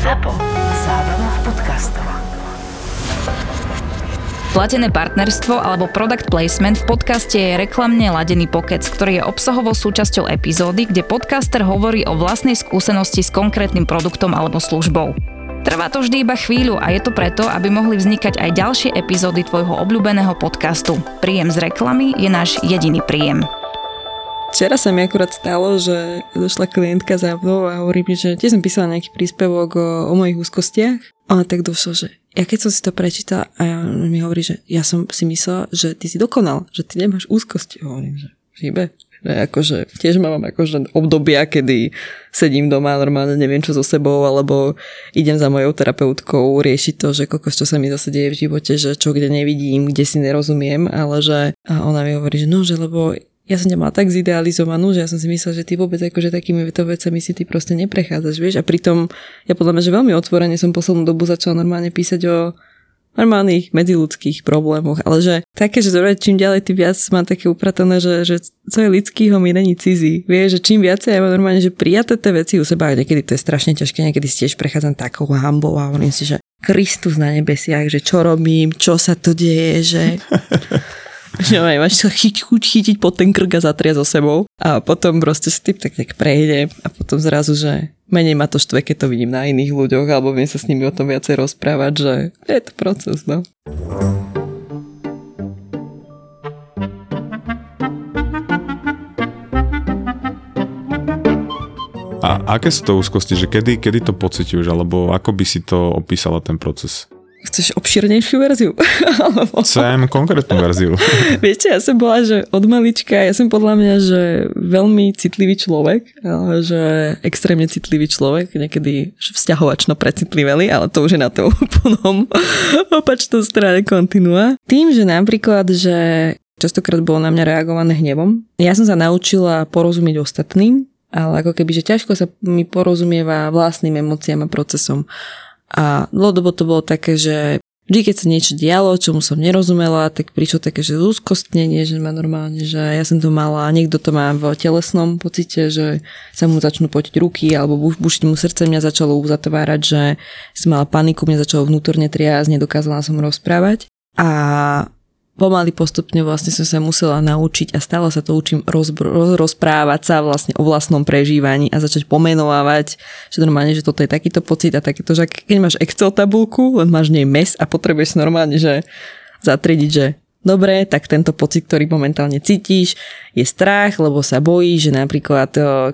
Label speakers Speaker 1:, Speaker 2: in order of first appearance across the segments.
Speaker 1: ZAPO. Zábrná v podcastov.
Speaker 2: Platené partnerstvo alebo product placement v podcaste je reklamne ladený pokec, ktorý je obsahovou súčasťou epizódy, kde podcaster hovorí o vlastnej skúsenosti s konkrétnym produktom alebo službou. Trvá to vždy iba chvíľu a je to preto, aby mohli vznikať aj ďalšie epizódy tvojho obľúbeného podcastu. Príjem z reklamy je náš jediný príjem.
Speaker 3: Včera sa mi akurát stalo, že došla klientka za mnou a hovorí mi, že tiež som písala nejaký príspevok o mojich úzkostiach. A ona tak došla, že ja keď som si to prečítala a mi hovorí, že ja som si myslela, že ty si dokonal, že ty nemáš úzkosti. Hovorím, že žibe. Akože tiež mám akože obdobia, kedy sedím doma a normálne neviem čo so sebou, alebo idem za mojou terapeutkou riešiť to, že kokos, čo sa mi zase deje v živote, že čo kde nevidím, kde si nerozumiem, ale že a ona mi hovorí, že no, že lebo ja som ťa mala tak zidealizovanú, že ja som si myslela, že ty vôbec akože takými vecami si ty proste neprechádzaš, vieš, a pritom ja podľa mňa, že veľmi otvorene som poslednú dobu začala normálne písať o normálnych medziľudských problémoch, ale že také, že čím ďalej tým viac mám také upratané, že co je lidskýho mi není cizí, vieš, že čím viacej ja mám normálne, že prijaté tie veci u seba, a niekedy to je strašne ťažké, niekedy si tiež prechádzam takou hanbou a hovorím si, že Kristus na nebesiach, že čo robím, čo sa to deje, že máš sa chytiť pod ten krk a zatria so sebou a potom proste si tým tak prejde a potom zrazu, že menej ma to štve, keď to vidím na iných ľuďoch alebo viem sa s nimi o tom viacej rozprávať, že je to proces, no.
Speaker 4: A aké sú to úzkosti, že kedy to pociťuješ, alebo ako by si to opísala ten proces?
Speaker 3: Chceš obšírnejšiu verziu?
Speaker 4: Chcem konkrétnu verziu.
Speaker 3: Viete, ja som bola, že od malička, ja som podľa mňa, že veľmi citlivý človek, ale že extrémne citlivý človek, niekedy vzťahovačno precitlivelý, ale to už je na to úplnom opačnom strane kontinua. Tým, že napríklad, že častokrát bolo na mňa reagované hnevom, ja som sa naučila porozumieť ostatným, ale ako keby, že ťažko sa mi porozumieva vlastným emóciám a procesom. A dlhodobo to bolo také, že vždy, keď sa niečo dialo, čomu som nerozumela, tak prišlo také, že úzkostnenie, že ma normálne, že ja som to mala, niekto to má v telesnom pocite, že sa mu začnú potiť ruky alebo bušiť mu srdce, mňa začalo uzatvárať, že som mala paniku, mňa začalo vnútorne triasť, nedokázala som rozprávať a pomaly postupne vlastne som sa musela naučiť a stále sa to učím rozprávať sa vlastne o vlastnom prežívaní a začať pomenovávať, že normálne, že toto je takýto pocit a takéto, že keď máš Excel tabulku, len máš nej mes a potrebuješ normálne, že zatriediť, že dobre, tak tento pocit, ktorý momentálne cítiš, je strach, lebo sa bojíš, že napríklad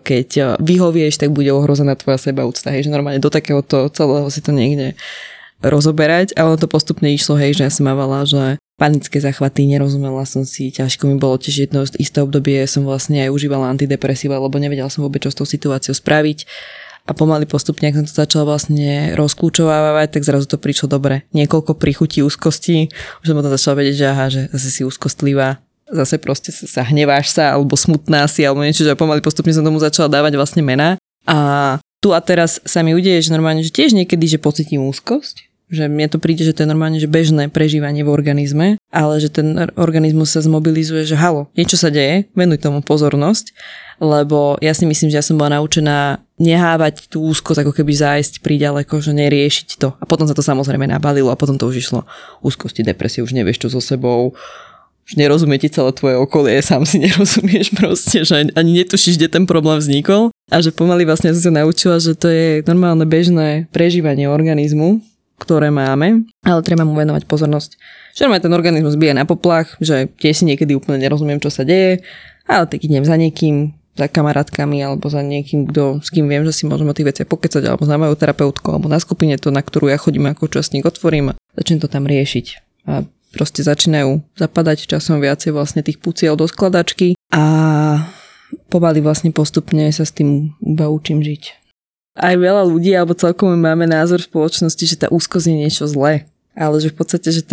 Speaker 3: keď vyhovieš, tak bude ohrozená tvoja sebaúcta, hej, že normálne do takéhoto celého si to niekde rozoberať a ono to postupne išlo, hej, že ja som mávala, že panické záchvaty, nerozumela som si, ťažko mi bolo tiež jedno isté obdobie, som vlastne aj užívala antidepresíva, lebo nevedela som vôbec, čo s tou situáciou spraviť a pomaly postupne, ak som to začala vlastne rozkľúčovávať, tak zrazu to prišlo dobre. Niekoľko príchutí úzkosti, už som potom začala vedieť, že aha, že zase si úzkostlivá, zase proste sa hneváš sa, alebo smutná si, alebo niečo, že pomaly postupne som tomu začala dávať vlastne mená a tu a teraz sa mi udeje, že normálne, že tiež niekedy, že pocítim úzkosť, že mne to príde, že to je normálne, že bežné prežívanie v organizme, ale že ten organizmus sa zmobilizuje, že halo, niečo sa deje, venuj tomu pozornosť, lebo ja si myslím, že ja som bola naučená nehávať tú úzkosť, ako keby zájsť príďaleko, že neriešiť to. A potom sa to samozrejme nabalilo a potom to už išlo úzkosti, depresie, už nevieš čo so sebou, už nerozumie ti celé tvoje okolie, sám si nerozumieš proste, že ani netušíš, kde ten problém vznikol a že pomaly vlastne som sa naučila, že to je normálne bežné prežívanie organizmu, ktoré máme, ale treba mu venovať pozornosť. Že normálne ten organizmus bije na poplach, že tiež si niekedy úplne nerozumiem, čo sa deje, ale tak idem za niekým, za kamarátkami alebo za niekým, s kým viem, že si môžem o tých veciach pokecať, alebo za mojou terapeutkou, alebo na skupine to, na ktorú ja chodím ako účastník, otvorím a začnem to tam riešiť. A proste začínajú zapadať časom viacej vlastne tých puciel do skladačky a pomaly vlastne postupne sa s tým iba učím žiť. Aj veľa ľudí, alebo celkom máme názor v spoločnosti, že tá úzkosť je niečo zlé. Ale že v podstate, že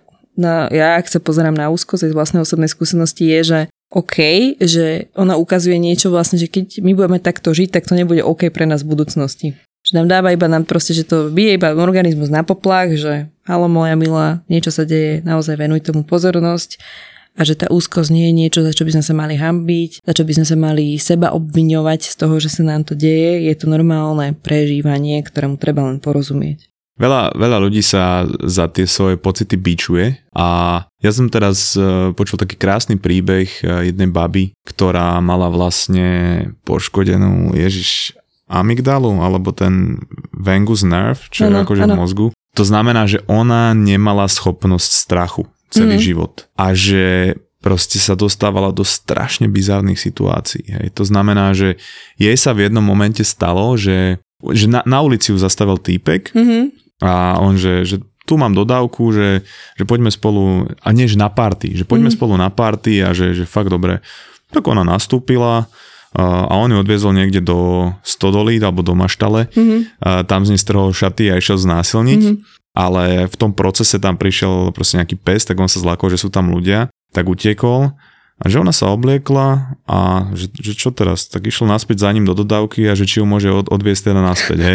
Speaker 3: ja ak sa pozerám na úzkosť z vlastnej osobnej skúsenosti je, že OK, že ona ukazuje niečo vlastne, že keď my budeme takto žiť, tak to nebude OK pre nás v budúcnosti. Že nám dáva iba nám proste, že to bije iba organizmus na poplach, že halo moja milá, niečo sa deje, naozaj venuj tomu pozornosť a že tá úzkosť nie je niečo, za čo by sme sa mali hanbiť, za čo by sme sa mali seba obviňovať z toho, že sa nám to deje. Je to normálne prežívanie, ktorému treba len porozumieť.
Speaker 4: Veľa ľudí sa za tie svoje pocity bičuje a ja som teraz počul taký krásny príbeh jednej baby, ktorá mala vlastne poškodenú amygdalu alebo ten vagus nerve, čo je akože v mozgu. To znamená, že ona nemala schopnosť strachu celý život a že proste sa dostávala do strašne bizarných situácií. Hej. To znamená, že jej sa v jednom momente stalo, že na ulici ju zastavil týpek a on, že tu mám dodávku, že poďme spolu, a nie, že na party, že poďme spolu na party a že fakt dobre. Tak ona nastúpila a on ju odviezol niekde do stodoly alebo do maštale. Tam z nej strhol šaty a išiel znásilniť. Ale v tom procese tam prišiel proste nejaký pes, tak on sa zlákol, že sú tam ľudia, tak utiekol. A že ona sa obliekla a že čo teraz? Tak išiel naspäť za ním do dodávky a že či ju môže odviesť teda naspäť, hej?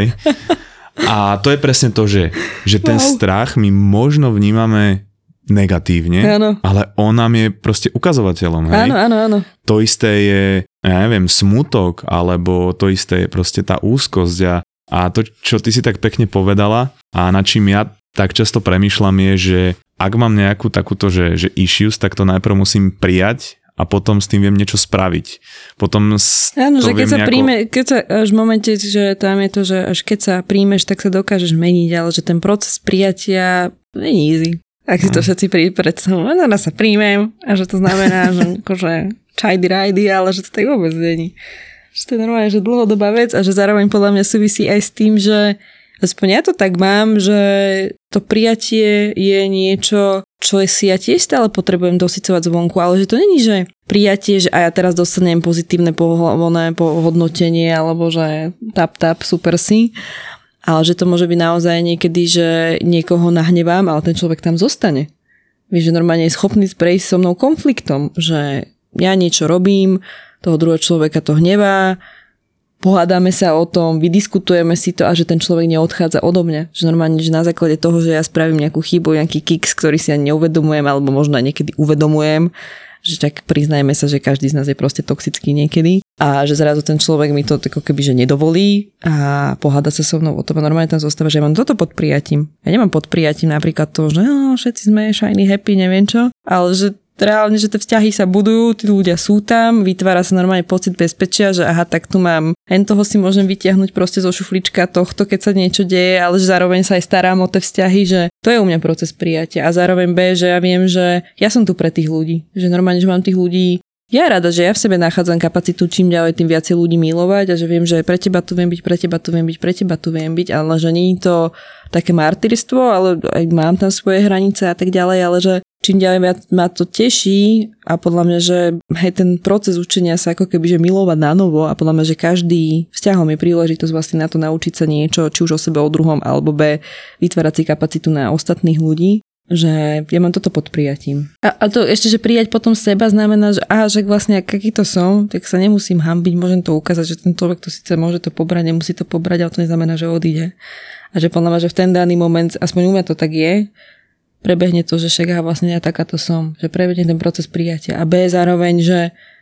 Speaker 4: A to je presne to, že ten strach my možno vnímame negatívne, ale on nám je proste ukazovateľom, hej?
Speaker 3: Áno. To
Speaker 4: isté je, ja neviem, smutok, alebo to isté je proste tá úzkosť a to, čo ty si tak pekne povedala a nad čím ja tak často premýšľam je, že ak mám nejakú takúto, že issues, tak to najprv musím prijať a potom s tým viem niečo spraviť. Potom
Speaker 3: áno, že keď sa príjme, keď sa až v momente, že tam je to, že až keď sa príjmeš, tak sa dokážeš meniť, ale že ten proces prijatia nie je easy. Ak si to všetci predstavujú, teraz sa príjmem a že to znamená, že akože čajdy rajdy, ale že to tak vôbec nie. Že to je normálne, že dlhodobá vec a že zároveň podľa mňa súvisí aj s tým, že aspoň ja to tak mám, že to prijatie je niečo, čo si ja tiež stále potrebujem dosycovať zvonku, ale že to není, že prijatie, že a ja teraz dostanem pozitívne pohodnotenie alebo že tap, super si, ale že to môže byť naozaj niekedy, že niekoho nahnevám, ale ten človek tam zostane. Vieš, že normálne je schopný prejsť so mnou konfliktom, že ja niečo robím, toho druhého človeka to hnevá, pohádame sa o tom, vydiskutujeme si to a že ten človek neodchádza odo mňa. Že normálne, že na základe toho, že ja spravím nejakú chybu, nejaký kiks, ktorý si ani neuvedomujem, alebo možno aj niekedy uvedomujem, že tak priznajme sa, že každý z nás je proste toxický niekedy a že zrazu ten človek mi to ako keby, že nedovolí a poháda sa so mnou o tom a normálne tam zostáva, že ja mám toto pod prijatím. Ja nemám pod prijatím napríklad to, že všetci sme shiny, happy, neviem čo, ale že reálne, že tie vzťahy sa budujú, tí ľudia sú tam, vytvára sa normálne pocit bezpečia, že aha, tak tu mám, toho si môžem vytiahnuť proste zo šuflička tohto, keď sa niečo deje, ale že zároveň sa aj starám o tie vzťahy, že to je u mňa proces prijatia a zároveň B, že ja viem, že ja som tu pre tých ľudí, že normálne, že mám tých ľudí. Ja rada, že ja v sebe nachádzam kapacitu čím ďalej tým viacej ľudí milovať a že viem, že pre teba tu viem byť, pre teba tu viem byť, pre teba tu viem byť, ale že nie je to také martyrstvo, ale aj mám tam svoje hranice a tak ďalej, ale že čím ďalej ma to teší a podľa mňa, že hej, ten proces učenia sa ako keby, že milovať na novo a podľa mňa, že každý vzťahom je príležitosť vlastne na to naučiť sa niečo, či už o sebe, o druhom, alebo B, vytvárať si kapacitu na ostatných ľudí. Že ja mám toto pod prijatím. A to ešte, že prijať potom seba znamená, že aha, že vlastne aký to som, tak sa nemusím hanbiť, môžem to ukázať, že ten človek to síce môže to pobrať, nemusí to pobrať, ale to neznamená, že odíde. A že podľa mňa, že v ten daný moment, aspoň u mňa to tak je, prebehne to, že však vlastne ja takáto som, že prebehne ten proces prijatia. A B zároveň, že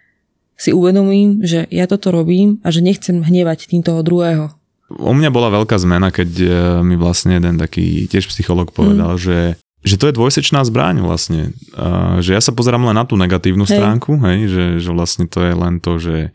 Speaker 3: si uvedomím, že ja toto robím a že nechcem hnevať tým toho druhého.
Speaker 4: U mňa bola veľká zmena, keď mi vlastne jeden taký tiež psychológ povedal, že to je dvojsečná zbraň vlastne. Že ja sa pozerám len na tú negatívnu stránku, hej, že vlastne to je len to, že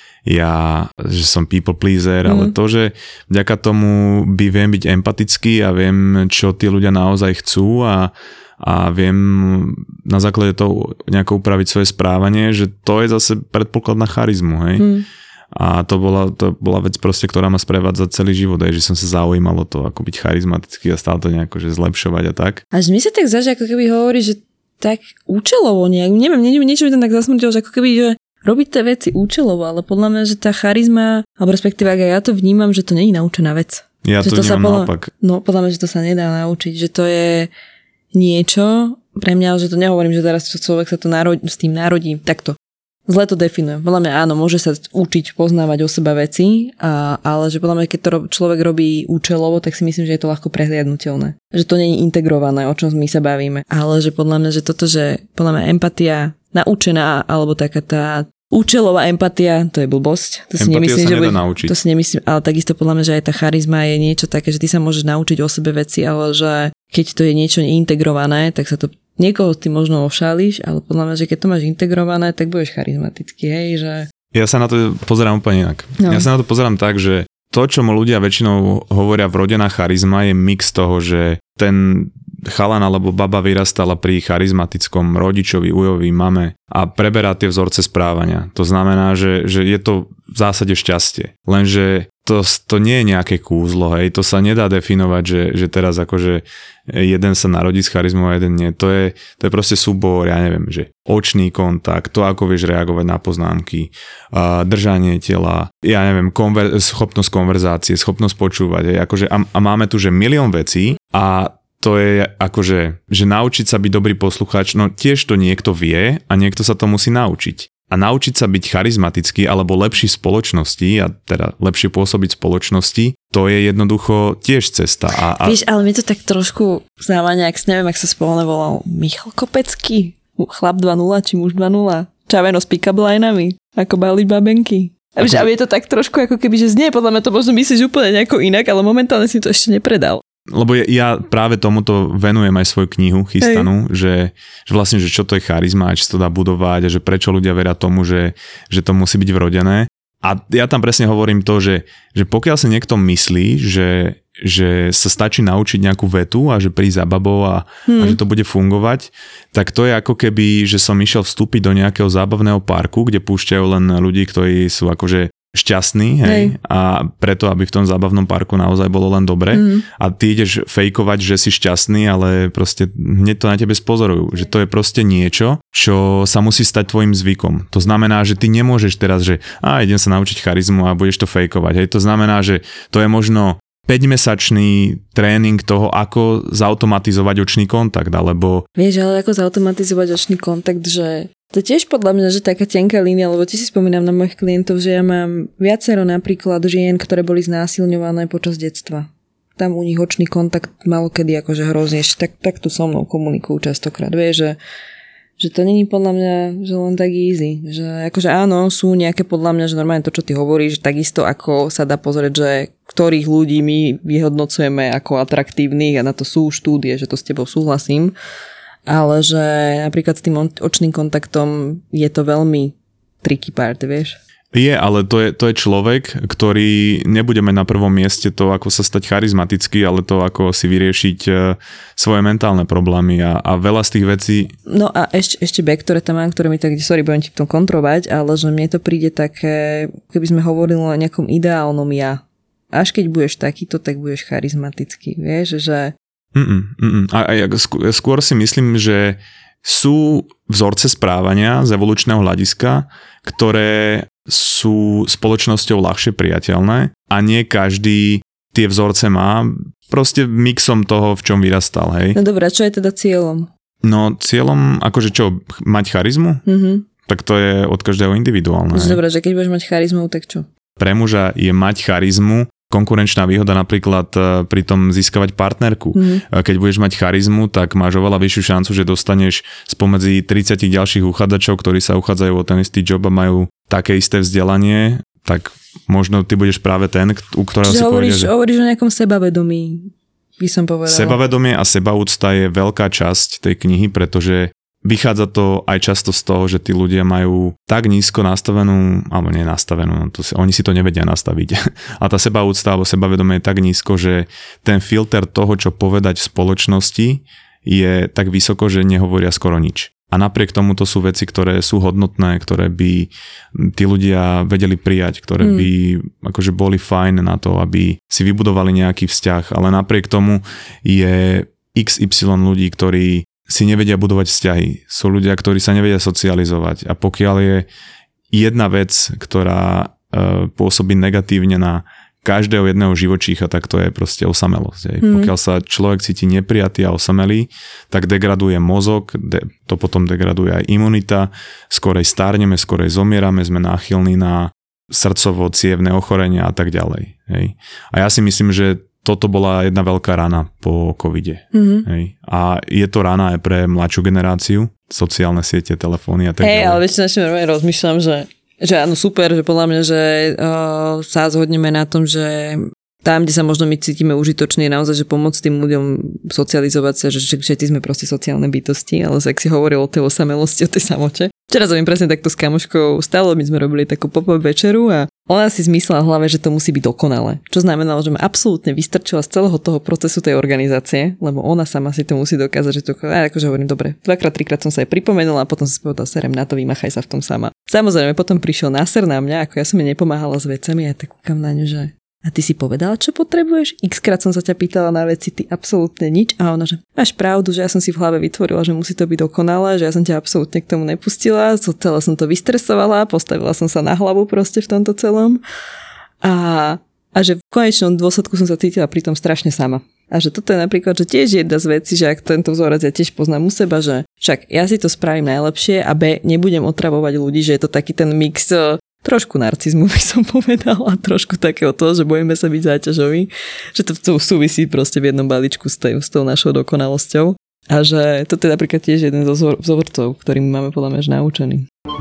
Speaker 4: že som people pleaser, ale to, že vďaka tomu viem byť empatický a viem, čo tí ľudia naozaj chcú a viem na základe toho nejako upraviť svoje správanie, že to je zase predpoklad na charizmu, hej. A to bola vec proste, ktorá ma sprevádza celý život, aj že som sa zaujímal o to, ako byť charizmatický a stále to nejako že zlepšovať a tak.
Speaker 3: Až mi sa tak zdá, že ako keby hovorí, že tak účelovo nejak, neviem, niečo mi tam tak zasmrtilo, že ako keby, že robiť tie veci účelovo, ale podľa mňa, že tá charizma, alebo respektíve ak ja to vnímam, že to nie je naučená vec.
Speaker 4: Ja to vnímam naopak.
Speaker 3: No, podľa mňa, že to sa nedá naučiť, že to je niečo, pre mňa, že to nehovorím, že teraz človek sa to s tým narodí takto. Zle to definujem. Podľa mňa áno, môže sa učiť poznávať o seba veci, ale že podľa mňa, keď to človek robí účelovo, tak si myslím, že je to ľahko prehliadnutelné. Že to nie je integrované, o čom my sa bavíme. Ale že podľa mňa, že toto, že podľa mňa empatia naučená, alebo taká tá účelová empatia, to je blbosť. To si nemyslím, že
Speaker 4: naučiť.
Speaker 3: To si nemyslím, ale takisto podľa mňa, že aj tá charizma je niečo také, že ty sa môžeš naučiť o sebe veci, ale že keď to je niečo neintegrované, tak sa to niekoho ty možno ošálíš, ale podľa mňa, že keď to máš integrované, tak budeš charizmatický, hej, že...
Speaker 4: Ja sa na to pozerám úplne inak. No. Ja sa na to pozerám tak, že to, čo mu ľudia väčšinou hovoria vrodená charizma, je mix toho, že ten chalan alebo baba vyrastala pri charizmatickom rodičovi, ujovi, mame a preberá tie vzorce správania. To znamená, že je to v zásade šťastie. Lenže to nie je nejaké kúzlo, hej, to sa nedá definovať, že teraz akože jeden sa narodí s charizmou a jeden nie. To je proste súbor, ja neviem, že očný kontakt, to ako vieš reagovať na poznámky, držanie tela, ja neviem, schopnosť konverzácie, schopnosť počúvať, hej, akože a máme tu, že milión vecí a to je akože, že naučiť sa byť dobrý poslucháč, no tiež to niekto vie a niekto sa to musí naučiť. A naučiť sa byť charizmatický alebo lepší v spoločnosti a teda lepšie pôsobiť v spoločnosti, to je jednoducho tiež cesta.
Speaker 3: Víš, ale mi to tak trošku znáva nejak, neviem, ak sa spolne volal Michal Kopecký, chlap 2.0 či muž 2.0, čaveno s pick-up lineami, ako baliť babenky. A víš, a je to tak trošku ako keby, že znie, podľa mňa to možno myslíš úplne nejako inak, ale momentálne si to ešte nepredal.
Speaker 4: Lebo ja práve tomuto venujem aj svoju knihu chystanú, že vlastne, že čo to je charizma a či sa to dá budovať a že prečo ľudia veria tomu, že to musí byť vrodené. A ja tam presne hovorím to, že pokiaľ si niekto myslí, že sa stačí naučiť nejakú vetu a že prísť za babou a že to bude fungovať, tak to je ako keby, že som išiel vstúpiť do nejakého zábavného parku, kde púšťajú len ľudí, ktorí sú akože šťastný, hej, a preto, aby v tom zábavnom parku naozaj bolo len dobre a ty ideš fejkovať, že si šťastný, ale proste hneď to na tebe spozorujú, že to je proste niečo, čo sa musí stať tvojim zvykom. To znamená, že ty nemôžeš teraz, že idem sa naučiť charizmu a budeš to fejkovať, hej, to znamená, že to je možno 5-mesačný tréning toho, ako zautomatizovať očný kontakt, alebo...
Speaker 3: Vieš, ale ako zautomatizovať očný kontakt, že to je tiež podľa mňa, že taká tenká línia, lebo ti si spomínam na mojich klientov, že ja mám viacero napríklad žien, ktoré boli znásilňované počas detstva. Tam u nich očný kontakt malokedy akože hrozne, tak tu so mnou komunikujú častokrát, vieš, že to není podľa mňa, že len tak easy. Že akože áno, sú nejaké podľa mňa, že normálne to, čo ty hovoríš, takisto ako sa dá pozrieť, že ktorých ľudí my vyhodnocujeme ako atraktívnych a na to sú štúdie, že to s tebou súhlasím. Ale že napríklad s tým očným kontaktom je to veľmi tricky part, vieš?
Speaker 4: Je, ale to je človek, ktorý nebude mať na prvom mieste to, ako sa stať charizmatický, ale to, ako si vyriešiť svoje mentálne problémy a veľa z tých vecí... No
Speaker 3: a ešte back, ktoré tam mám, ktoré mi tak, budem ti v tom kontrovať, ale že mne to príde také, keby sme hovorili o nejakom ideálnom ja. Až keď budeš takýto, tak budeš charizmatický, vieš, že...
Speaker 4: Skôr si myslím, že sú vzorce správania z evolučného hľadiska, ktoré sú spoločnosťou ľahšie priateľné a nie každý tie vzorce má proste mixom toho, v čom vyrastal, hej.
Speaker 3: No dobré, čo je teda cieľom?
Speaker 4: No cieľom, akože čo, mať charizmu? Tak to je od každého individuálne.
Speaker 3: Dobre, že keď budeš mať charizmu, tak čo?
Speaker 4: Pre muža je mať charizmu konkurenčná výhoda napríklad pri tom získavať partnerku. Keď budeš mať charizmu, tak máš oveľa vyššiu šancu, že dostaneš spomedzi 30 ďalších uchádzačov, ktorí sa uchádzajú o ten istý job a majú také isté vzdelanie, tak možno ty budeš práve ten, u ktorého si povedia, že...
Speaker 3: Hovoríš o nejakom sebavedomí, by som povedala.
Speaker 4: Sebavedomie a sebaúcta je veľká časť tej knihy, pretože vychádza to aj často z toho, že tí ľudia majú tak nízko nastavenú, alebo nie nastavenú, oni si to nevedia nastaviť. A tá sebaúcta alebo sebavedomie je tak nízko, že ten filter toho, čo povedať v spoločnosti, je tak vysoko, že nehovoria skoro nič. A napriek tomu to sú veci, ktoré sú hodnotné, ktoré by tí ľudia vedeli prijať, ktoré by akože boli fajn na to, aby si vybudovali nejaký vzťah. Ale napriek tomu je XY ľudí, ktorí si nevedia budovať vzťahy. Sú ľudia, ktorí sa nevedia socializovať. A pokiaľ je jedna vec, ktorá pôsobí negatívne na každého jedného živočícha, tak to je proste osamelosť. Pokiaľ sa človek cíti neprijatý a osamelý, tak degraduje mozog, to potom degraduje aj imunita, skorej stárneme, skorej zomierame, sme náchylní na srdcovo-cievne ochorenia a tak ďalej. Hej. A ja si myslím, že toto bola jedna veľká rana po covide. Hej. A je to rana aj pre mladšiu generáciu, sociálne siete, telefóny a tak ďalej.
Speaker 3: Hej, ale vieš, normálne rozmýšľam, že áno, super, že podľa mňa, že sa zhodneme na tom, že tam, kde sa možno my cítime užitoční, je naozaj, že pomôcť tým ľuďom socializovať sa, že všetci sme proste sociálne bytosti, ale ak si hovoril o tej osamelosti, o tej samote. Včera som im presne takto s kamoškou stalo, my sme robili takú pop-up večeru a ona si zmyslela v hlave, že to musí byť dokonalé. Čo znamenalo, že ma absolútne vystrčila z celého toho procesu tej organizácie, lebo ona sama si to musí dokázať, že to akože hovorím, dobre, 2-krát, 3-krát som sa jej pripomenula a potom som si povedala, serem na to, vymachaj sa v tom sama. Samozrejme, potom prišiel náser na mňa, ako ja som jej nepomáhala s vecami a tak kúkam na ňu, že a ty si povedala, čo potrebuješ? X-krát som sa ťa pýtala na veci, ty absolútne nič. A ona, že máš pravdu, že ja som si v hlave vytvorila, že musí to byť dokonalé, že ja som ťa absolútne k tomu nepustila, celé som to vystresovala, postavila som sa na hlavu proste v tomto celom. A že v konečnom dôsledku som sa cítila pritom strašne sama. A že toto je napríklad, že tiež jedna z vecí, že ak tento vzorec ja tiež poznám u seba, že však ja si to spravím najlepšie a B, nebudem otravovať ľudí, že je to taký ten mix trošku narcizmu by som povedala, trošku takého toho, že bojíme sa byť záťažoví, že to súvisí proste v jednom balíčku s tou našou dokonalosťou a že toto je napríklad tiež jeden zo vzorcov, ktorým máme podľa mňa už naučený.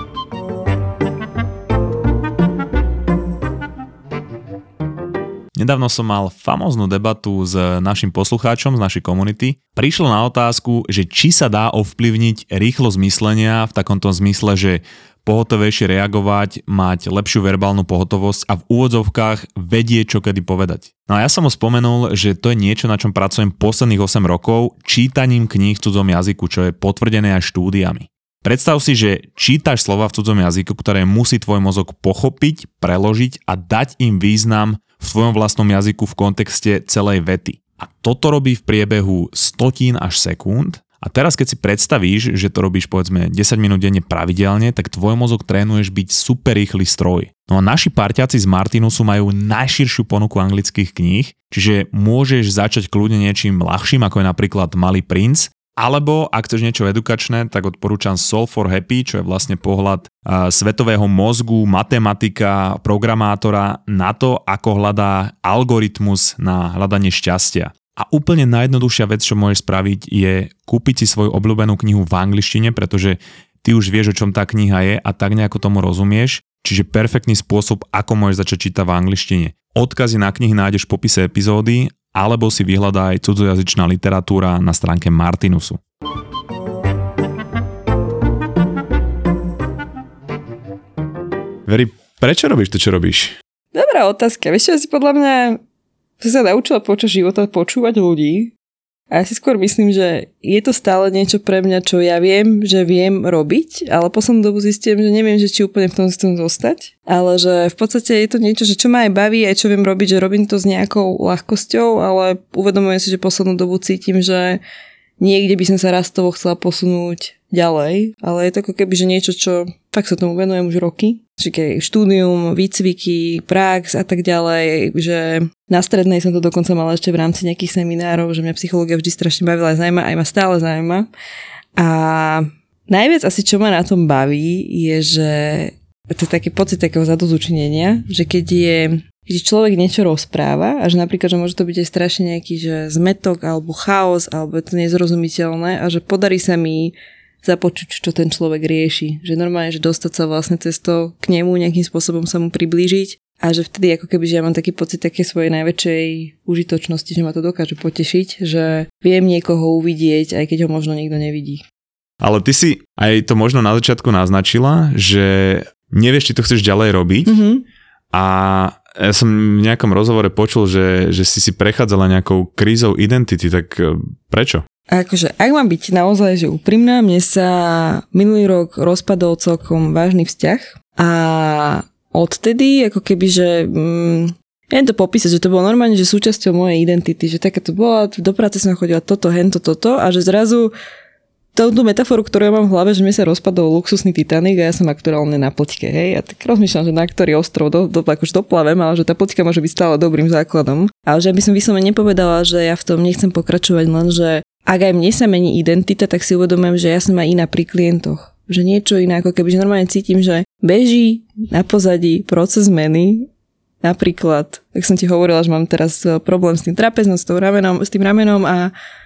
Speaker 4: Nedávno som mal famóznu debatu s našim poslucháčom z našej komunity. Prišlo na otázku, že či sa dá ovplyvniť rýchlosť myslenia v takomto zmysle, že pohotovejšie reagovať, mať lepšiu verbálnu pohotovosť a v úvodzovkách vedieť, čo kedy povedať. No a ja som mu spomenul, že to je niečo, na čom pracujem posledných 8 rokov, čítaním kníh v cudzom jazyku, čo je potvrdené aj štúdiami. Predstav si, že čítaš slova v cudzom jazyku, ktoré musí tvoj mozog pochopiť, preložiť a dať im význam v tvojom vlastnom jazyku v kontexte celej vety. A toto robí v priebehu stotín až sekúnd. A teraz keď si predstavíš, že to robíš povedzme 10 minút denne pravidelne, tak tvoj mozog trénuješ byť super rýchly stroj. No a naši parťáci z Martinusu majú najširšiu ponuku anglických kníh, čiže môžeš začať kľudne niečím ľahším, ako je napríklad Malý princ, alebo ak chceš niečo edukačné, tak odporúčam Solve for Happy, čo je vlastne pohľad svetového mozgu, matematika, programátora na to, ako hľadá algoritmus na hľadanie šťastia. A úplne najjednoduchšia vec, čo môžeš spraviť, je kúpiť si svoju obľúbenú knihu v angličtine, pretože ty už vieš, o čom tá kniha je a tak nejako tomu rozumieš, čiže perfektný spôsob, ako môžeš začať čítať v angličtine. Odkazy na knihy nájdeš v popise epizódy, alebo si vyhľadaj cudzojazyčná literatúra na stránke Martinusu. Veri, prečo robíš to, čo robíš?
Speaker 3: Dobrá otázka. Vieš, ja si podľa mňa sa naučila počas života počúvať ľudí a ja si skôr myslím, že je to stále niečo pre mňa, čo ja viem, že viem robiť, ale poslednú dobu zistím, že neviem, že či úplne v tom chcem zostať, ale že v podstate je to niečo, že čo ma aj baví, aj čo viem robiť, že robím to s nejakou ľahkosťou, ale uvedomujem si, že poslednú dobu cítim, že niekde by som sa rastovo chcela posunúť ďalej, ale je to ako keby, že niečo, čo fakt sa tomu venujem už roky. Čiže štúdium, výcviky, prax a tak ďalej, že na strednej som to dokonca mala ešte v rámci nejakých seminárov, že mňa psychológia vždy strašne bavila, aj zaujíma, aj ma stále zaujíma. A najviac asi, čo ma na tom baví, je, že to je taký pocit takého zadozučinenia, že keď človek niečo rozpráva a že napríklad, že môže to byť aj strašne nejaký že zmetok alebo chaos alebo je to nezrozumiteľné a že podarí sa mi započuť, čo ten človek rieši. Že normálne, že dostať sa vlastne cestou k nemu, nejakým spôsobom sa mu priblížiť a že vtedy ako keby, že ja mám taký pocit také svojej najväčšej užitočnosti, že ma to dokáže potešiť, že viem niekoho uvidieť, aj keď ho možno nikto nevidí.
Speaker 4: Ale ty si aj to možno na začiatku naznačila, že nevieš, či to chceš ďalej robiť a ja som v nejakom rozhovore počul, že si prechádzala nejakou krízou identity, tak prečo?
Speaker 3: A akože, ak mám byť naozaj že úprimná, mne sa minulý rok rozpadol celkom vážny vzťah a odtedy, ako keby, že neviem to popísať, že to bolo normálne, že súčasťou mojej identity, že taká to bola, do práce som chodila toto, hento, toto a že zrazu tú metaforu, ktorú ja mám v hlave, že mi sa rozpadol luxusný Titanic a ja som aktuálne na plťke, hej. Ja tak rozmýšľam, že na ktorý ostrov akože doplavem, ale že tá plťka môže byť stále dobrým základom. Ale že by som vyslovene nepovedala, že ja v tom nechcem pokračovať, len že ak aj mne sa mení identita, tak si uvedomujem, že ja som aj iná pri klientoch. Že niečo iné, ako keby, že normálne cítim, že beží na pozadí proces zmeny. Napríklad, tak som ti hovorila, že mám teraz problém s tým trapezom, s tým ramenom a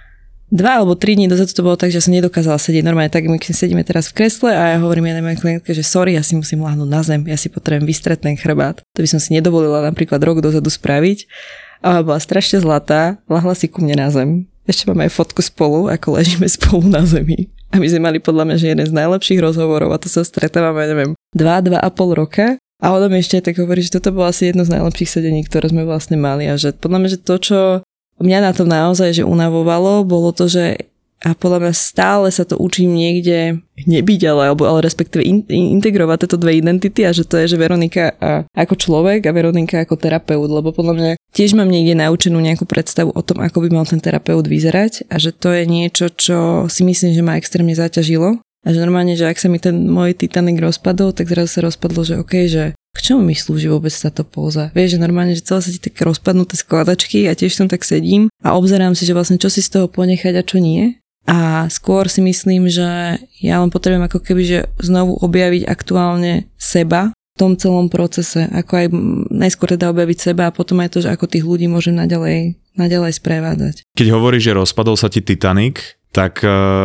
Speaker 3: 2 alebo 3 dní dozadu to bolo tak, že som nedokázala sedieť normálne tak, my sedíme teraz v kresle a ja hovorím jednej mojej klientke, že sorry, ja si musím láhnuť na zem, ja si potrebujem vystretť ten chrbát. To by som si nedovolila napríklad rok dozadu spraviť. A bola strašne zlatá, lahla si ku mne na zem. Ešte máme aj fotku spolu, ako ležíme spolu na zemi. A my sme mali podľa mňa, že jeden z najlepších rozhovorov a to sa stretávame, neviem, 2,5 roka. A ona mi ešte tak hovorí, že toto bolo asi jedno z najlepších sedení, ktoré sme vlastne mali a že podľa mňa, že to, čo mňa na tom naozaj, že unavovalo, bolo to, že a podľa mňa stále sa to učím niekde nebyť, ale respektíve integrovať tieto dve identity a že to je, že Veronika ako človek a Veronika ako terapeut, lebo podľa mňa tiež mám niekde naučenú nejakú predstavu o tom, ako by mal ten terapeut vyzerať a že to je niečo, čo si myslím, že ma extrémne zaťažilo. A že normálne, že ak sa mi ten môj Titanic rozpadol, tak zrazu sa rozpadlo, že okej, že k čomu mi slúži vôbec táto póza? Vieš, že normálne, že celé sa ti také rozpadnuté skladačky a tiež tam tak sedím a obzerám si, že vlastne čo si z toho ponechať a čo nie. A skôr si myslím, že ja len potrebujem ako keby, že znovu objaviť aktuálne seba v tom celom procese, ako aj najskôr teda objaviť seba a potom aj to, že ako tých ľudí môžem naďalej sprevádzať.
Speaker 4: Keď hovoríš, že rozpadol sa ti Titanic, tak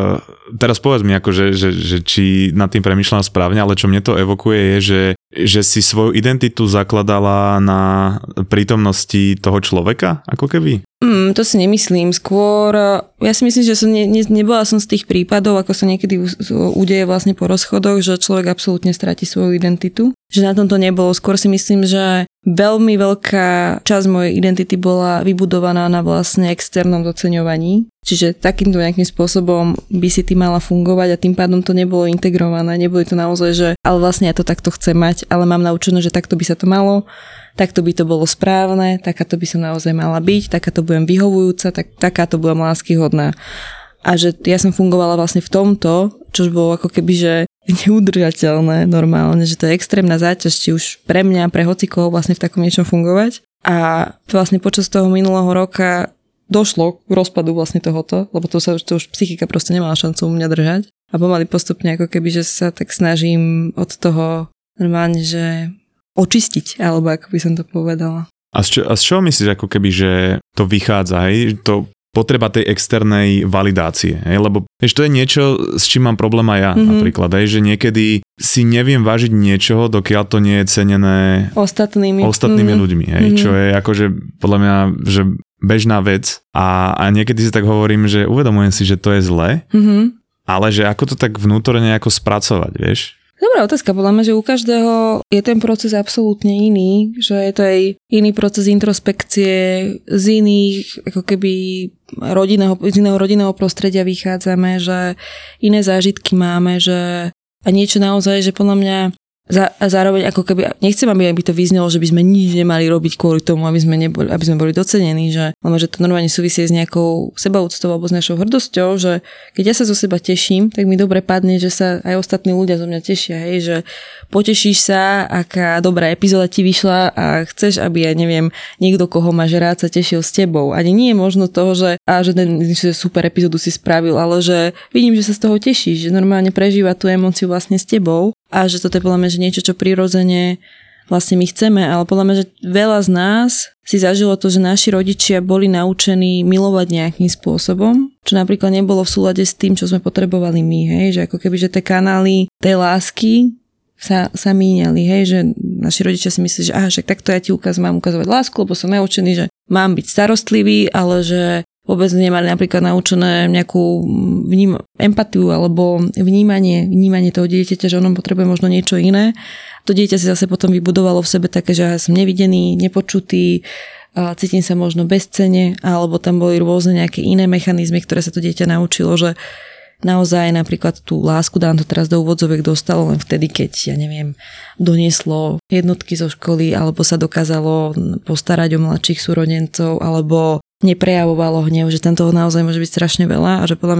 Speaker 4: teraz povedz mi, akože, že či nad tým premýšľam správne, ale čo mne to evokuje je, že si svoju identitu zakladala na prítomnosti toho človeka, ako keby?
Speaker 3: To si nemyslím. Skôr, ja si myslím, že nebola som z tých prípadov, ako sa niekedy udeje vlastne po rozchodoch, že človek absolútne stratí svoju identitu. Že na tom to nebolo. Skôr si myslím, že veľmi veľká časť mojej identity bola vybudovaná na vlastne externom doceňovaní. Čiže takýmto nejakým spôsobom by si ty mala fungovať a tým pádom to nebolo integrované. Neboli to naozaj, že ale vlastne ja to takto chcem mať, ale mám naučené, že takto by sa to malo. Takto by to bolo správne, takáto by som naozaj mala byť, takáto budem vyhovujúca, takáto budem láskyhodná. A že ja som fungovala vlastne v tomto, čo bolo ako keby, že neudržateľné normálne, že to je extrémna záťaž, či už pre mňa, pre hocikoho vlastne v takom niečom fungovať. A vlastne počas toho minulého roka došlo k rozpadu vlastne tohoto, lebo to už psychika proste nemala šancu u mňa držať. A pomaly postupne ako keby, že sa tak snažím od toho normálne, že očistiť, alebo ako by som to povedala.
Speaker 4: A z čoho myslíš, ako keby, že to vychádza, hej? To potreba tej externej validácie, hej? Lebo vieš, to je niečo, s čím mám problém aj ja, napríklad, hej? Že niekedy si neviem vážiť niečoho, dokiaľ to nie je cenené ostatnými ľuďmi, hej? Čo je akože podľa mňa, že bežná vec a niekedy si tak hovorím, že uvedomujem si, že to je zlé, ale že ako to tak vnútorne ako spracovať, vieš?
Speaker 3: Dobrá otázka, podľa mňa, že u každého je ten proces absolútne iný, že je to aj iný proces introspekcie, z iných, ako keby z iného rodinného prostredia vychádzame, že iné zážitky máme, že a niečo naozaj, že podľa mňa a zároveň ako keby, nechcem, aby to vyznelo, že by sme nič nemali robiť kvôli tomu, aby sme boli docenení, že to normálne súvisí s nejakou sebaúctou alebo s našou hrdosťou, že keď ja sa zo seba teším, tak mi dobre padne, že sa aj ostatní ľudia zo mňa tešia, hej, že potešíš sa, aká dobrá epizóda ti vyšla a chceš, aby, ja neviem, niekto, koho máš rád, sa tešil s tebou. Ani nie je možno toho, že ten super epizódu si spravil, ale že vidím, že sa z toho tešíš, že normálne prežíva tú emóciu vlastne s tebou. A že toto je podľa mňa, že niečo, čo prirodzene vlastne my chceme, ale podľa mňa, že veľa z nás si zažilo to, že naši rodičia boli naučení milovať nejakým spôsobom, čo napríklad nebolo v súlade s tým, čo sme potrebovali my, hej, že ako keby, že tie kanály tej lásky sa míňali, hej, že naši rodičia si myslí, že však takto ja ti mám ukazovať lásku, lebo som naučený, že mám byť starostlivý, ale že vôbec nemali napríklad naučené nejakú empatiu alebo vnímanie toho dieťaťa, že ono potrebuje možno niečo iné. To dieťa si zase potom vybudovalo v sebe také, že ja som nevidený, nepočutý, cítim sa možno bezcenne, alebo tam boli rôzne nejaké iné mechanizmy, ktoré sa to dieťa naučilo, že naozaj napríklad tú lásku, dám to teraz do úvodzoviek, dostalo len vtedy, keď, ja neviem, donieslo jednotky zo školy, alebo sa dokázalo postarať o mladších súrodencov, alebo neprejavovalo hnev, že tam toho naozaj môže byť strašne veľa a že podľa mňa, že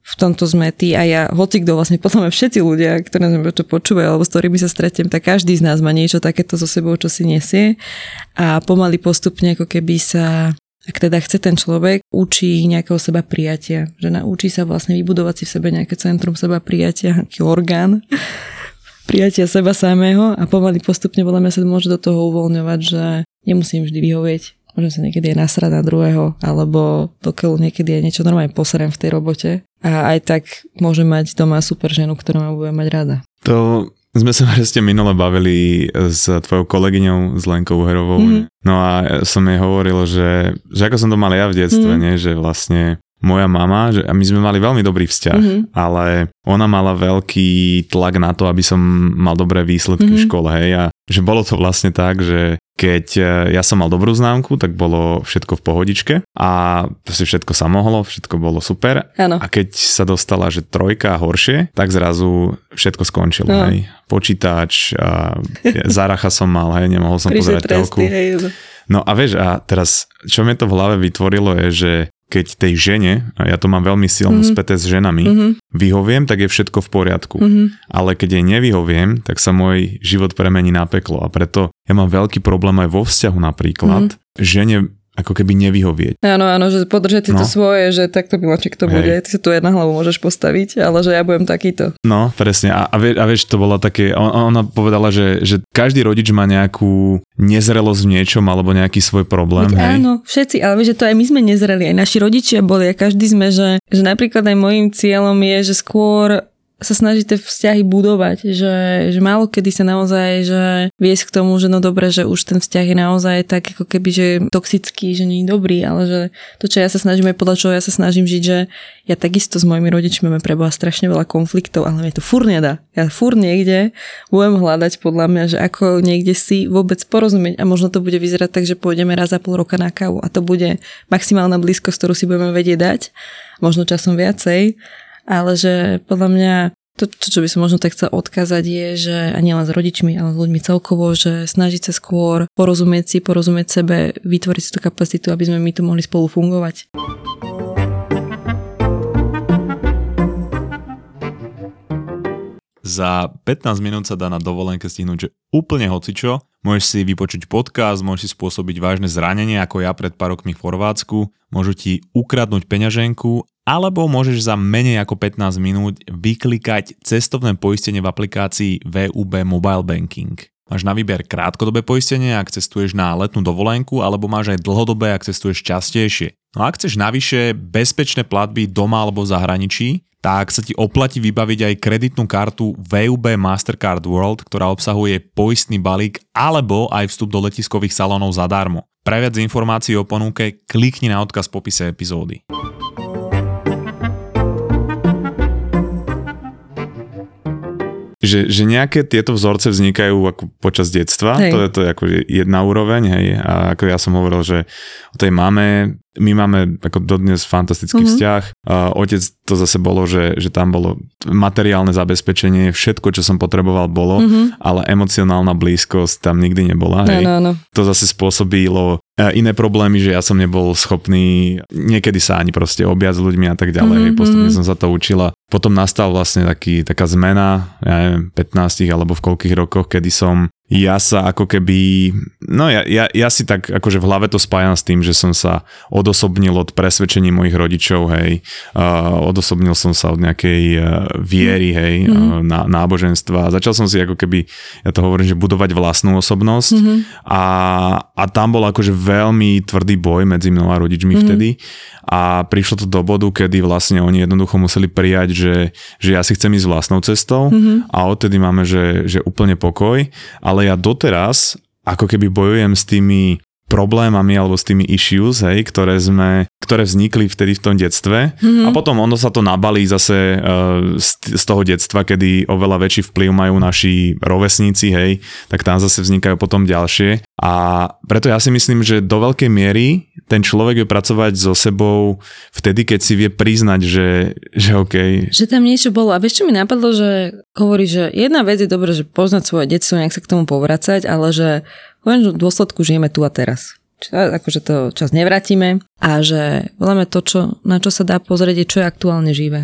Speaker 3: v tomto sme ty a ja, hoci kto vlastne podľa mňa všetci ľudia, ktorí nás to počúvajú alebo s ktorými sa stretnem, tak každý z nás má niečo takéto so sebou, čo si nesie a pomaly postupne ako keby sa, ak teda chce ten človek, učí nejakého seba prijatia, že naučí sa vlastne vybudovať si v sebe nejaké centrum seba prijatia, nejaký orgán prijatia seba samého a pomaly postupne podľa mňa sa môže do toho uvoľňovať, že nemusím vždy vyhovieť. Môžem sa niekedy aj nasrať na druhého, alebo dokiaľ niekedy aj niečo normálne poserem v tej robote. A aj tak môžem mať doma super ženu, ktorú ma bude mať rada.
Speaker 4: To sme sa presne minule bavili s tvojou kolegyňou, s Lenkou Uherovou. No a som jej hovoril, že ako som to mal ja v detstve, nie? Že vlastne moja mama, a my sme mali veľmi dobrý vzťah, ale ona mala veľký tlak na to, aby som mal dobré výsledky v škole, hej, a že bolo to vlastne tak, že keď ja som mal dobrú známku, tak bolo všetko v pohodičke a proste všetko sa mohlo, všetko bolo super.
Speaker 3: Áno.
Speaker 4: A keď sa dostala, že 3 a horšie, tak zrazu všetko skončilo, hej. Počítač, záracha som mal, hej, nemohol som pozerať telku. No a vieš, a teraz, čo mi to v hlave vytvorilo je, že keď tej žene, a ja to mám veľmi silno späté s ženami, vyhoviem, tak je všetko v poriadku. Ale keď jej nevyhoviem, tak sa môj život premení na peklo. A preto ja mám veľký problém aj vo vzťahu napríklad, žene ako keby nevyhovieť.
Speaker 3: Áno, že podržať si to svoje, že takto miláček to bude. Ty si tu jedna hlavu môžeš postaviť, ale že ja budem takýto.
Speaker 4: No, presne. A vieš, to bolo také, ona povedala, že každý rodič má nejakú nezrelosť v niečom alebo nejaký svoj problém. Hej?
Speaker 3: Áno, všetci, ale vieš, že to aj my sme nezreli, aj naši rodičia boli a každý sme, že napríklad aj môjim cieľom je, že skôr sa snaží tie vzťahy budovať, že málo kedy sa naozaj, že viesť k tomu, že no dobre, že už ten vzťah je naozaj tak ako keby, že toxický, že nie je dobrý, ale že to, čo ja sa snažím, aj podľa čoho ja sa snažím žiť, že ja takisto s mojimi rodičmi máme preboha strašne veľa konfliktov, ale mne to furt nedá. Ja furt niekde budem hľadať podľa mňa, že ako niekde si vôbec porozumieť a možno to bude vyzerať tak, že pôjdeme raz za pol roka na kávu a to bude maximálna blízkosť, ktorú si budeme vedieť dať, možno časom viacej. Ale že podľa mňa to, čo by som možno tak chcel odkázať je, že a nielen s rodičmi, ale s ľuďmi celkovo, že snažiť sa skôr porozumieť sebe, vytvoriť si tú kapacitu, aby sme my tu mohli spolu fungovať.
Speaker 4: Za 15 minút sa dá na dovolenke stihnúť, že úplne hocičo. Môžeš si vypočuť podcast, môžeš si spôsobiť vážne zranenie, ako ja pred pár rokmi v Chorvátsku, môžu ti ukradnúť peňaženku, alebo môžeš za menej ako 15 minút vyklikať cestovné poistenie v aplikácii VUB Mobile Banking. Máš na výber krátkodobé poistenie, ak cestuješ na letnú dovolenku, alebo máš aj dlhodobé, ak cestuješ častejšie. No a ak chceš navyše bezpečné platby doma alebo v zahraničí, tak sa ti oplatí vybaviť aj kreditnú kartu VUB Mastercard World, ktorá obsahuje poistný balík alebo aj vstup do letiskových salónov zadarmo. Pre viac informácií o ponuke klikni na odkaz v popise epizódy. Že nejaké tieto vzorce vznikajú ako počas detstva, to je ako jedna úroveň, hej, a ako ja som hovoril, že o tej mame, my máme ako dodnes fantastický vzťah, otec to zase bolo, že tam bolo materiálne zabezpečenie, všetko, čo som potreboval bolo, ale emocionálna blízkosť tam nikdy nebola, hej. No. To zase spôsobilo iné problémy, že ja som nebol schopný niekedy sa ani proste objať s ľuďmi a tak ďalej, postupne som sa to učila. Potom nastal vlastne taká zmena, ja neviem, 15 alebo v koľkých rokoch, kedy som ja sa ako keby, no ja si tak akože v hlave to spájam s tým, že som sa odosobnil od presvedčení mojich rodičov, hej, odosobnil som sa od nejakej viery, hej, na náboženstva. Začal som si ako keby, ja to hovorím, že budovať vlastnú osobnosť a tam bol akože veľmi tvrdý boj medzi mnou a rodičmi vtedy a prišlo to do bodu, kedy vlastne oni jednoducho museli prijať, že ja si chcem ísť vlastnou cestou a odtedy máme, že úplne pokoj, ale ja doteraz ako keby bojujem s tými problémami alebo s tými issues, hej, ktoré vznikli vtedy v tom detstve a potom ono sa to nabalí zase z toho detstva, kedy oveľa väčší vplyv majú naši rovesníci, hej, tak tam zase vznikajú potom ďalšie a preto ja si myslím, že do veľkej miery ten človek je pracovať so sebou vtedy, keď si vie priznať, že okej. Že
Speaker 3: tam niečo bolo a vieš, čo mi napadlo, že hovorí, že jedna vec je dobré, že poznať svoje detstvo, nejak sa k tomu povracať, ale že v dôsledku žijeme tu a teraz. Akože to čas nevrátime a že voláme to, na čo sa dá pozrieť, je čo je aktuálne živé.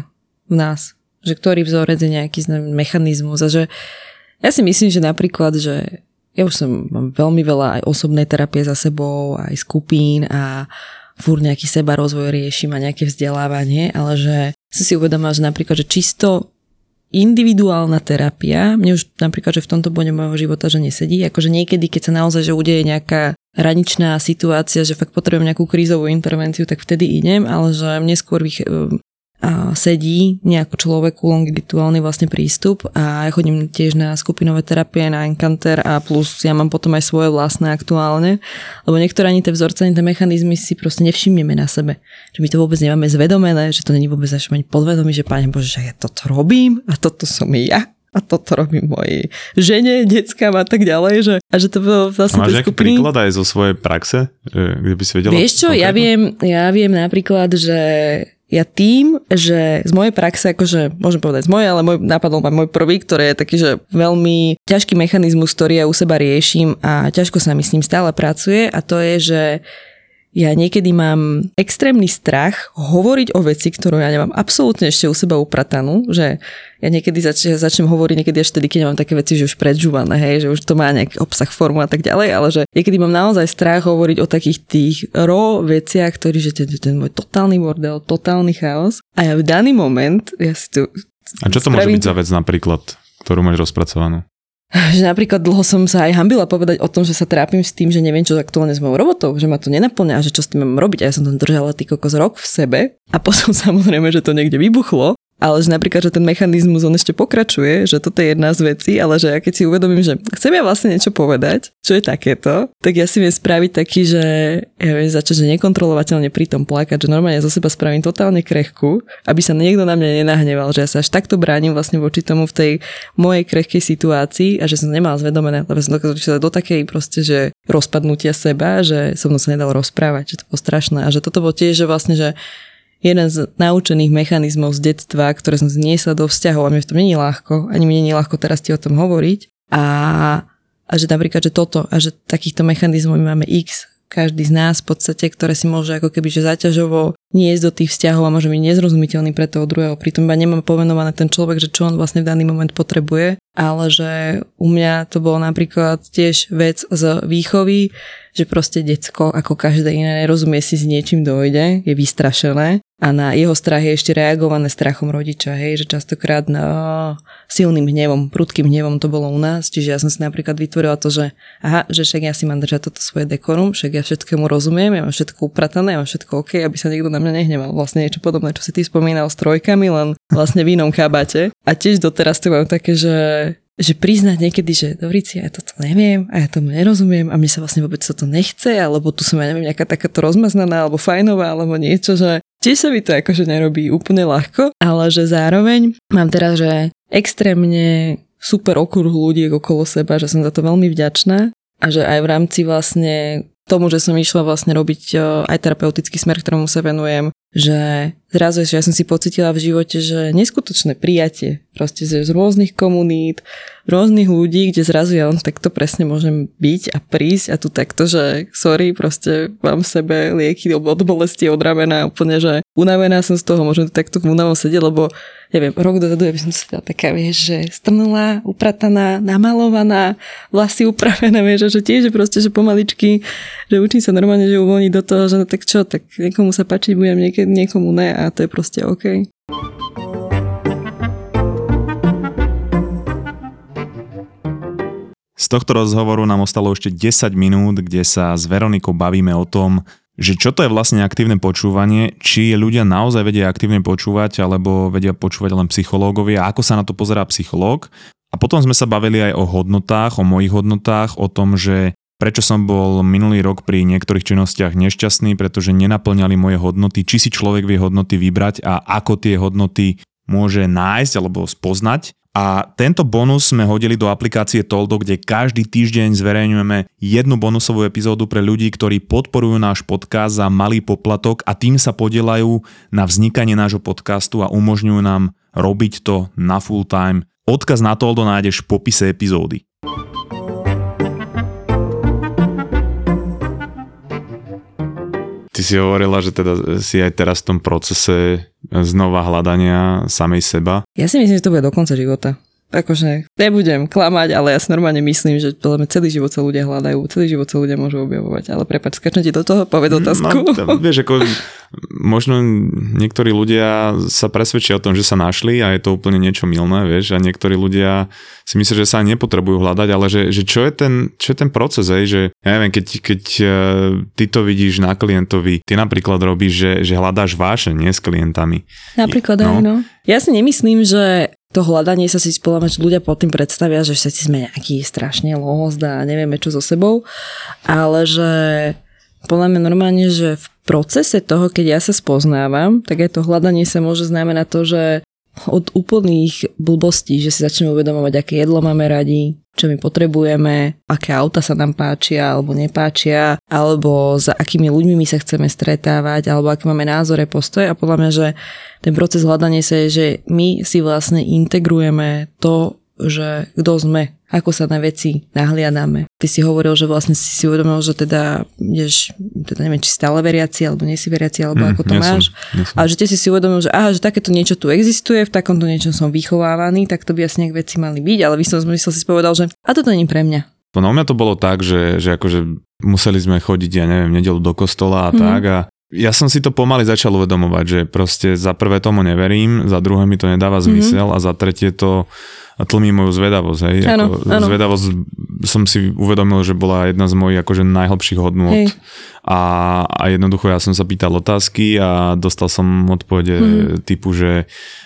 Speaker 3: v nás, že ktorý vzorec je nejaký mechanizmus a že ja si myslím, že napríklad, že ja už mám veľmi veľa aj osobnej terapie za sebou, aj skupín a furt nejaký sebarozvoj riešim a nejaké vzdelávanie, ale že som si uvedomila, že napríklad, že čisto individuálna terapia, mne už napríklad, že v tomto bode môjho života, že nesedí, akože niekedy, keď sa naozaj, že udeje nejaká hraničná situácia, že fakt potrebujem nejakú krízovú intervenciu, tak vtedy idem, ale že mne skôr sedí nejako človeku longitudinálny vlastne prístup a ja chodím tiež na skupinové terapie, na Encounter a plus ja mám potom aj svoje vlastné aktuálne, lebo niektoré ani tie vzorce, ani tie mechanizmy si proste nevšimneme na sebe. Že my to vôbec nemáme zvedomené, že to není vôbec našom ani podvedomí, že Pane Bože, že ja toto robím a toto som ja. A toto robím mojej žene, deckám a tak ďalej. A že to bolo vlastne...
Speaker 4: A máš nejaký príklad aj zo svojej praxe? Kde by si vedela?
Speaker 3: Vieš čo, ja viem napríklad, že ja tým, že z mojej praxe, akože môžem povedať z mojej, ale napadol ma môj prvý, ktorý je taký, že veľmi ťažký mechanizmus, ktorý ja u seba riešim a ťažko sa mi s ním stále pracuje a to je, že ja niekedy mám extrémny strach hovoriť o veci, ktorú ja nemám absolútne ešte u seba upratanú, že ja niekedy začnem hovoriť niekedy až vtedy, keď mám také veci, že už predžúvané, hej, že už to má nejaký obsah, formu a tak ďalej, ale že niekedy mám naozaj strach hovoriť o takých tých veciach, ktorý, že ten môj totálny bordel, totálny chaos a ja v daný moment, ja si tu...
Speaker 4: A čo to môže byť za vec napríklad, ktorú máš rozpracovanú?
Speaker 3: Že napríklad dlho som sa aj hanbila povedať o tom, že sa trápim s tým, že neviem, čo aktuálne s mojou robotou, že ma to nenaplňa a že čo s tým mám robiť. A ja som tam držala ty kokos rok v sebe a potom samozrejme, že to niekde vybuchlo. Ale že napríklad, že ten mechanizmus on ešte pokračuje, že toto je jedna z vecí, ale že ja keď si uvedomím, že chcem ja vlastne niečo povedať, čo je takéto, tak ja si viem spraviť taký, že ja viem začať, že nekontrolovateľne pri tom plakať, že normálne zo seba spravím totálne krehku, aby sa niekto na mňa nenahneval, že ja sa až takto bránim vlastne voči tomu v tej mojej krehkej situácii a že som nemala zvedomené, lebo som dokázala do takej proste, že rozpadnutia seba, že som sa nedal rozprávať, že to bolo strašné a že toto bolo tiež, že vlastne, že jeden z naučených mechanizmov z detstva, ktoré som zniesla do vzťahov a mne v tom nie je ľahko, ani mne nie je ľahko teraz ti o tom hovoriť a že napríklad, že toto a že takýchto mechanizmov my máme x, každý z nás v podstate, ktoré si môže ako keby že záťažovo niesť do tých vzťahov a môže byť nezrozumiteľný pre toho druhého. Pritom iba nemám pomenované ten človek, že čo on vlastne v daný moment potrebuje, ale že u mňa to bolo napríklad tiež vec z výchovy, že proste decko, ako každé iné, nerozumie si s niečím dojde, je vystrašené a na jeho strach je ešte reagované strachom rodiča, hej, že častokrát silným hnevom, prudkým hnevom to bolo u nás, čiže ja som si napríklad vytvorila to, že aha, že však ja si mám držať toto svoje dekorum, však ja všetkému rozumiem, ja mám všetko upratané, ja mám všetko OK, aby sa niekto na mňa nehneval. Vlastne niečo podobné, čo si ty spomínal s trojkami, len vlastne v inom kabáte. A tiež doteraz to mám také, že priznať niekedy, že Dorici, ja toto neviem a ja tomu nerozumiem a mne sa vlastne vôbec toto nechce, alebo tu som, ja neviem, nejaká takáto rozmaznaná, alebo fajnová, alebo niečo, že tiež sa mi to akože nerobí úplne ľahko, ale že zároveň mám teraz, že extrémne super okruh ľudí okolo seba, že som za to veľmi vďačná a že aj v rámci vlastne tomu, že som išla vlastne robiť aj terapeutický smer, ktorému sa venujem, že zrazu, že ja som si pocítila v živote, že neskutočné prijatie proste z rôznych komunít, rôznych ľudí, kde zrazu ja takto presne môžem byť a prísť a tu takto, že sorry, proste mám v sebe lieky od bolesti, od ramena, úplne, že unavená som z toho, môžem tu takto v únavom sedieť, lebo neviem, rok dozadu ja by som si dala taká, vieš, že strnulá, uprataná, namalovaná, vlasy upravené, vieš, že tiež, že proste, že pomaličky, že učím sa normálne, že uvoľniť do toho, že no tak čo, tak niekomu sa páčiť budem, niekomu ne a to je proste OK.
Speaker 4: Z tohto rozhovoru nám ostalo ešte 10 minút, kde sa s Veronikou bavíme o tom, že čo to je vlastne aktívne počúvanie, či ľudia naozaj vedia aktívne počúvať, alebo vedia počúvať len psychológovia, ako sa na to pozerá psychológ. A potom sme sa bavili aj o hodnotách, o mojich hodnotách, o tom, že prečo som bol minulý rok pri niektorých činnostiach nešťastný, pretože nenaplňali moje hodnoty, či si človek vie hodnoty vybrať a ako tie hodnoty môže nájsť alebo spoznať. A tento bonus sme hodili do aplikácie Toldo, kde každý týždeň zverejňujeme jednu bonusovú epizódu pre ľudí, ktorí podporujú náš podcast za malý poplatok a tým sa podieľajú na vznikanie nášho podcastu a umožňujú nám robiť to na full time. Odkaz na Toldo nájdeš v popise epizódy. Ty ty si hovorila, že teda si aj teraz v tom procese znova hľadania samej seba.
Speaker 3: Ja si myslím, že to bude do konca života. Akože nebudem klamať, ale ja si normálne myslím, že celý život sa ľudia hľadajú, celý život sa ľudia môžu objavovať. Ale prepáč, skačem ti do toho, povedz otázku.
Speaker 4: Vieš, ako možno niektorí ľudia sa presvedčia o tom, že sa našli a je to úplne niečo milné, vieš, a niektorí ľudia si myslia, že sa nepotrebujú hľadať, ale že čo je ten proces, že ja neviem, keď ty to vidíš na klientovi, ty napríklad robíš, že hľadáš vášeň, nie s klientami.
Speaker 3: Napríklad aj, no. Ja si nemyslím, že to hľadanie sa si spoláme, že ľudia pod tým predstavia, že všetci sme nejaký strašne lózd a nevieme čo so sebou, ale že podľa mňa normálne, že v procese toho, keď ja sa spoznávam, tak aj to hľadanie sa môže znamenať to, že od úplných blbostí, že si začneme uvedomovať, aké jedlo máme radi, čo my potrebujeme, aké auta sa nám páčia alebo nepáčia, alebo za akými ľuďmi my sa chceme stretávať, alebo aké máme názory, postoje. A podľa mňa, že ten proces hľadania sa je, že my si vlastne integrujeme to, že kto sme, ako sa na veci nahliadáme. Ty si hovoril, že vlastne si uvedomil, že teda ideš, teda neviem, či stále veriaci, alebo nie si veriaci, alebo ako to máš. Ale že ty si uvedomil, že aha, že takéto niečo tu existuje, v takomto niečom som vychovávaný, tak to by asi nejak veci mali byť, ale v istom zmysle si povedal, že a toto nie je pre mňa.
Speaker 4: No u mňa to bolo tak, že akože museli sme chodiť, ja neviem, nedeľu do kostola a tak a ja som si to pomaly začal uvedomovať, že proste za prvé tomu neverím, za druhé mi to nedáva zmysel a za tretie to tlmí moju zvedavosť. Hej.
Speaker 3: Áno.
Speaker 4: Zvedavosť som si uvedomil, že bola jedna z mojich akože najhlbších hodnôt. A jednoducho ja som sa pýtal otázky a dostal som odpovede typu, že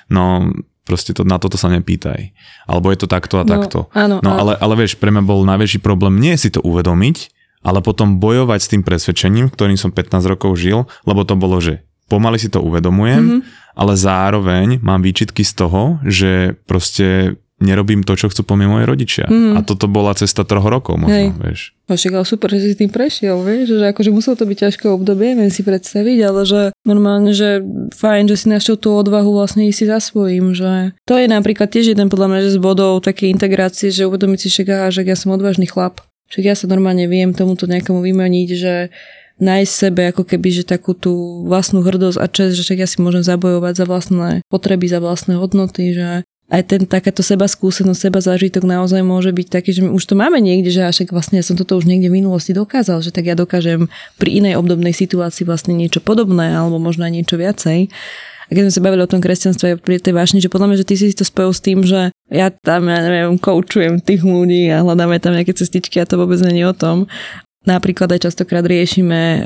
Speaker 4: no proste na toto sa nepýtaj. Alebo je to takto a takto.
Speaker 3: Áno,
Speaker 4: ale vieš, pre mňa bol najväčší problém nie si to uvedomiť, ale potom bojovať s tým presvedčením, ktorým som 15 rokov žil, lebo to bolo, že pomaly si to uvedomujem, ale zároveň mám výčitky z toho, že proste nerobím to, čo chcú po mne moje rodičia. A toto bola cesta 3 rokov možno, vieš.
Speaker 3: Však ale super, že si tým prešiel, vieš, že akože muselo to byť ťažké obdobie, viem si predstaviť, ale že normálne, že fajn, že si našiel tú odvahu vlastne ísť si za svojím, že to je napríklad tiež jeden podľa mňa, že z bodov takej integrácie, že uvedomiť si, že ja som odvážny chlap. Však ja sa normálne viem tomuto nejakomu vymeniť, že nájsť sebe ako keby, že takú tú vlastnú hrdosť a čest, že však ja si môžem zabojovať za vlastné potreby, za vlastné hodnoty, že aj takáto seba skúsenosť, seba zážitok naozaj môže byť taký, že my už to máme niekde, že však vlastne ja som toto už niekde v minulosti dokázal, že tak ja dokážem pri inej obdobnej situácii vlastne niečo podobné alebo možno aj niečo viacej. A keď sme sa bavili o tom kresťanstve pri tej vášni, že podľa mňa, že ty si to spojil s tým, že ja tam, ja neviem, koučujem tých ľudí a hľadáme tam nejaké cestičky a to vôbec nie je o tom. Napríklad aj častokrát riešime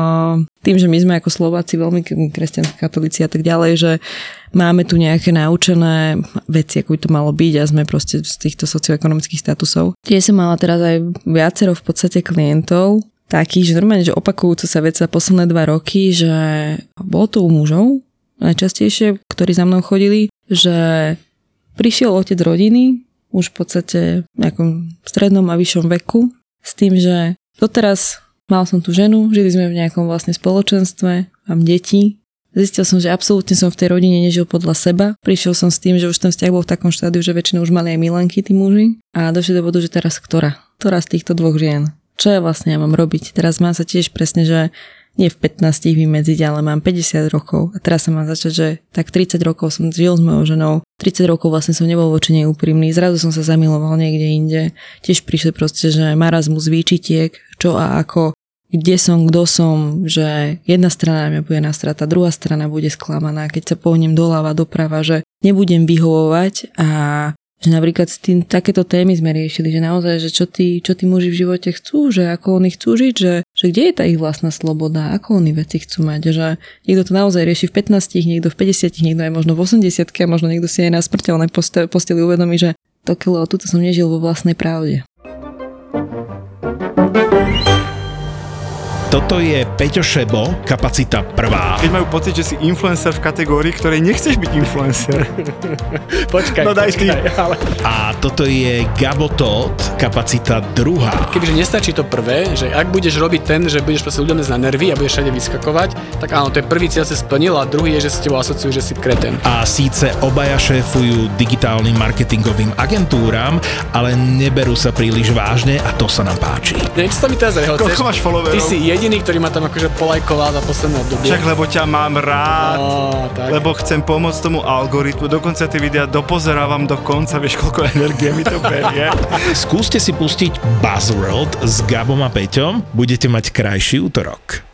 Speaker 3: tým, že my sme ako Slováci veľmi kresťanskí katolíci a tak ďalej, že máme tu nejaké naučené veci, ako by to malo byť a sme proste z týchto socioekonomických statusov. Tie som mala teraz aj viacero v podstate klientov, takých, že normálne, že opakujúca sa vec za posledné 2 roky, že bolo to u mužov najčastejšie, ktorí za mnou chodili, že prišiel otec rodiny už v podstate v nejakom strednom a vyššom veku s tým, že doteraz mal som tú ženu, žili sme v nejakom vlastne spoločenstve, mám deti. Zistil som, že absolútne som v tej rodine nežil podľa seba. Prišiel som s tým, že už ten vzťah bol v takom štádiu, že väčšinou už mali aj milenky tí muži. A došli do bodu, že teraz ktorá z týchto 2 žien? Čo ja vlastne mám robiť? Teraz mám sa tiež presne, že nie v 15 vymedziť, ale mám 50 rokov. A teraz sa mám začať, že tak 30 rokov som žil s mojou ženou. 30 rokov vlastne som nebol voči nej úprimný. Zrazu som sa zamiloval niekde inde. Tiež prišli proste, že marazmus výčitiek, čo a ako, kde som, kto som, že jedna strana mňa bude nastrata, druhá strana bude sklamaná, keď sa pohnem doľava, doprava, že nebudem vyhovovať a že napríklad s tým takéto témy sme riešili, že naozaj, že čo tí muži v živote chcú, že ako oni chcú žiť, že kde je tá ich vlastná sloboda, ako oni veci chcú mať, že niekto to naozaj rieši v 15, niekto v 50, niekto aj možno v 80 a možno niekto si aj na smrteľnej posteli uvedomí, že to kilo, tuto som nežil vo vlastnej pravde.
Speaker 5: Toto je Peťo Šebo, kapacita 1.
Speaker 6: Keď majú pocit, že si influencer v kategórii, ktorej nechceš byť influencer.
Speaker 5: Počkaj.
Speaker 6: No daj ty.
Speaker 5: Ale... A Toto je Gabo Todd, kapacita 2.
Speaker 6: Kebyže nestačí to prvé, že ak budeš robiť ten, že budeš proste ľuďom na nervy a budeš všade vyskakovať, tak áno, to je prvý cieľ si splnil a druhý je, že si tebou asociujú, že si kreten.
Speaker 5: A síce obaja šéfujú digitálnym marketingovým agentúram, ale neberú sa príliš vážne a to sa nám páči.
Speaker 6: Niečo sa mi teraz rehoceš.
Speaker 7: Koľko máš followerov?
Speaker 6: Ty si jediný, ktorý ma tam akože polajkoval za posledné obdobie.
Speaker 7: Však lebo ťa mám rád,
Speaker 6: tak.
Speaker 7: lebo chcem pomôcť tomu algoritmu, dokonca tie videá dopozerávam do konca, vieš koľko energie mi to berie.
Speaker 5: Skúste si pustiť Buzzworld s Gabom a Peťom, budete mať krajší útorok.